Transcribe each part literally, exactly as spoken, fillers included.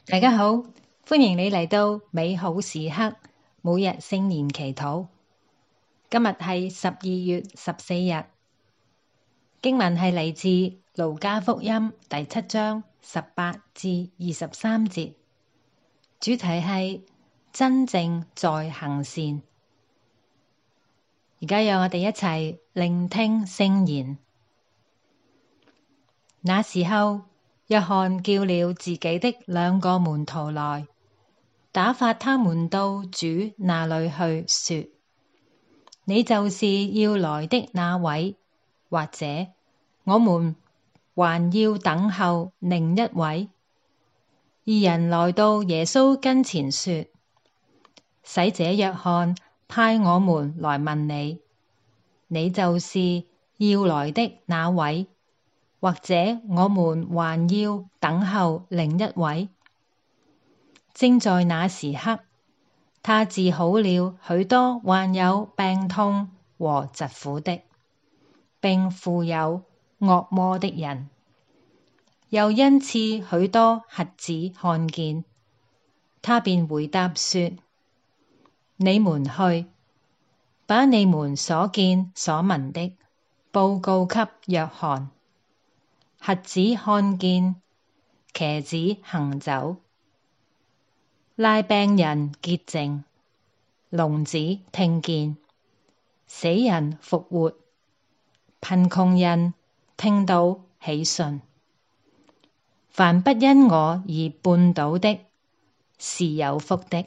大家好，歡迎你嚟到美好時刻每日聖言祈禱。今日係十二月十四日，經文係嚟自路加福音第七章十八至二十三節，主題係真正在行善。而家讓我哋一齊聆聽聖言。那時候，若翰叫了自己的兩個門徒來，打發他們到主那裡去，說：你就是要來的那位，或者我們還要等候另一位？二人來到耶穌跟前說：洗者若翰派我們來問你，你就是要來的那位，或者我們還要等候另一位？正在那時刻，他治好了許多患有病痛和疾苦的，並附有惡魔的人，又恩賜許多瞎子看見。他便回答說：你們去，把你們所見所聞的報告給若翰。瞎子看見，瘸子行走，癩病人潔淨，聾子聽見，死人復活，貧窮人聽到喜訊。凡不因我而絆倒的，是有福的。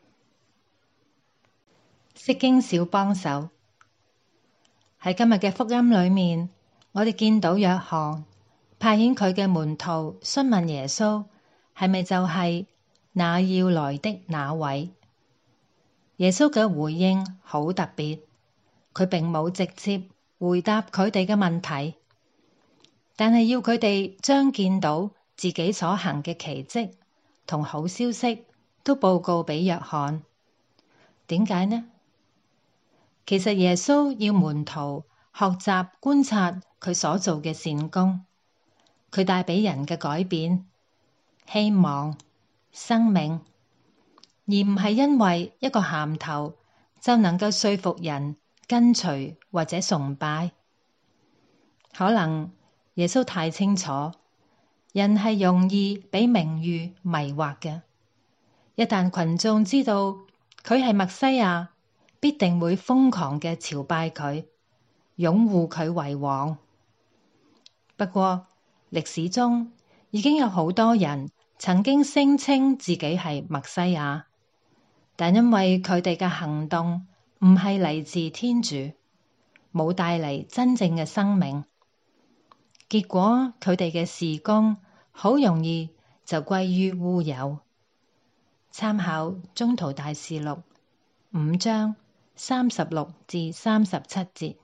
釋經小幫手。喺今日嘅福音裏面，我哋見到若翰派遣佢嘅門徒詢問耶穌，係咪就係那要來的那位？耶穌嘅回應好特別，佢並冇直接回答佢哋嘅問題，但係要佢哋將見到自己所行嘅奇蹟同好消息都報告俾若翰。點解呢？其實耶穌要門徒學習觀察佢所做嘅善工，佢帶俾人嘅改變、希望、生命，而唔係因為一個銜頭就能夠說服人跟隨或者崇拜。可能耶穌太清楚，人係容易俾名譽迷惑嘅。一旦群眾知道佢係默西亞，必定會瘋狂嘅朝拜佢，擁護佢為王。不過，歷史中已經有好多人曾經聲稱自己係默西亞，但因為佢哋嘅行動唔係嚟自天主，冇帶嚟真正嘅生命，結果佢哋嘅事工好容易就歸於烏有。參考《宗徒大事錄》五章三十六至三十七節。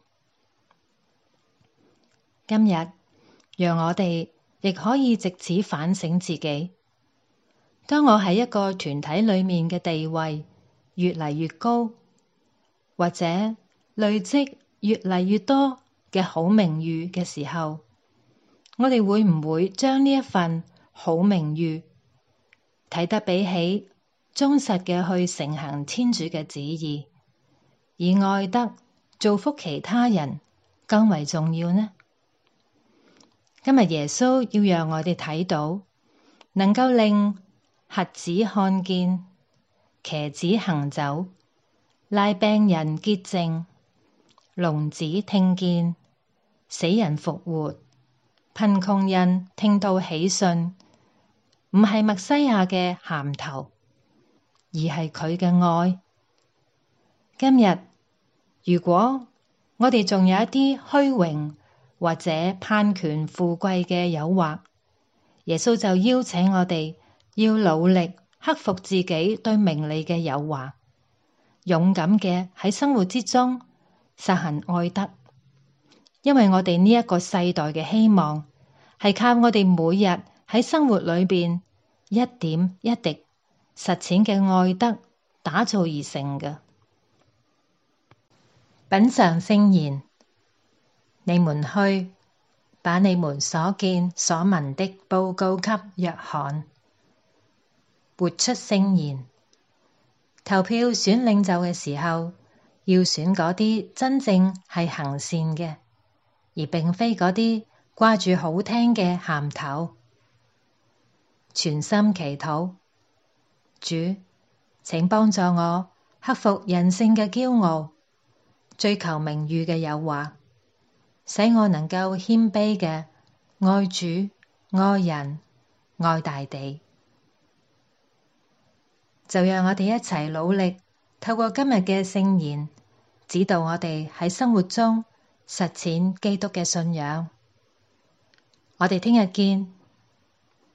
今日，讓我哋亦可以藉此反省自己。當我喺一個團體裏面嘅地位越嚟越高，或者累積越嚟越多嘅好名譽嘅時候，我哋會唔會將呢一份好名譽睇得比起忠實嘅去承行天主嘅旨意，以愛德造福其他人更為重要呢？今日耶穌要讓我哋睇到，能夠令瞎子看見、瘸子行走、癩病人潔淨、聾子聽見、死人復活、貧窮人聽到喜訊，唔係默西亞嘅銜頭，而係佢嘅愛。今日如果我哋仲有一啲虛榮或者攀權富貴嘅誘惑，耶穌就邀請我哋要努力克服自己對名利嘅誘惑，勇敢嘅喺生活之中實行愛德。因為我哋呢一個世代嘅希望係靠我哋每日喺生活裏邊一點一滴實踐嘅愛德打造而成嘅。品嚐聖言。你們去，把你們所見所聞的報告給若翰。 活出聖言。投票選領袖嘅時候，要選嗰啲真正係行善嘅，而並非嗰啲掛住好聽嘅銜頭。全心祈禱，主，請幫助我克服人性嘅驕傲，追求名譽嘅誘惑，使我能夠謙卑嘅愛主、愛人、愛大地。就讓我哋一齊努力，透過今日嘅聖言，指導我哋喺生活中實踐基督嘅信仰。我哋聽日見。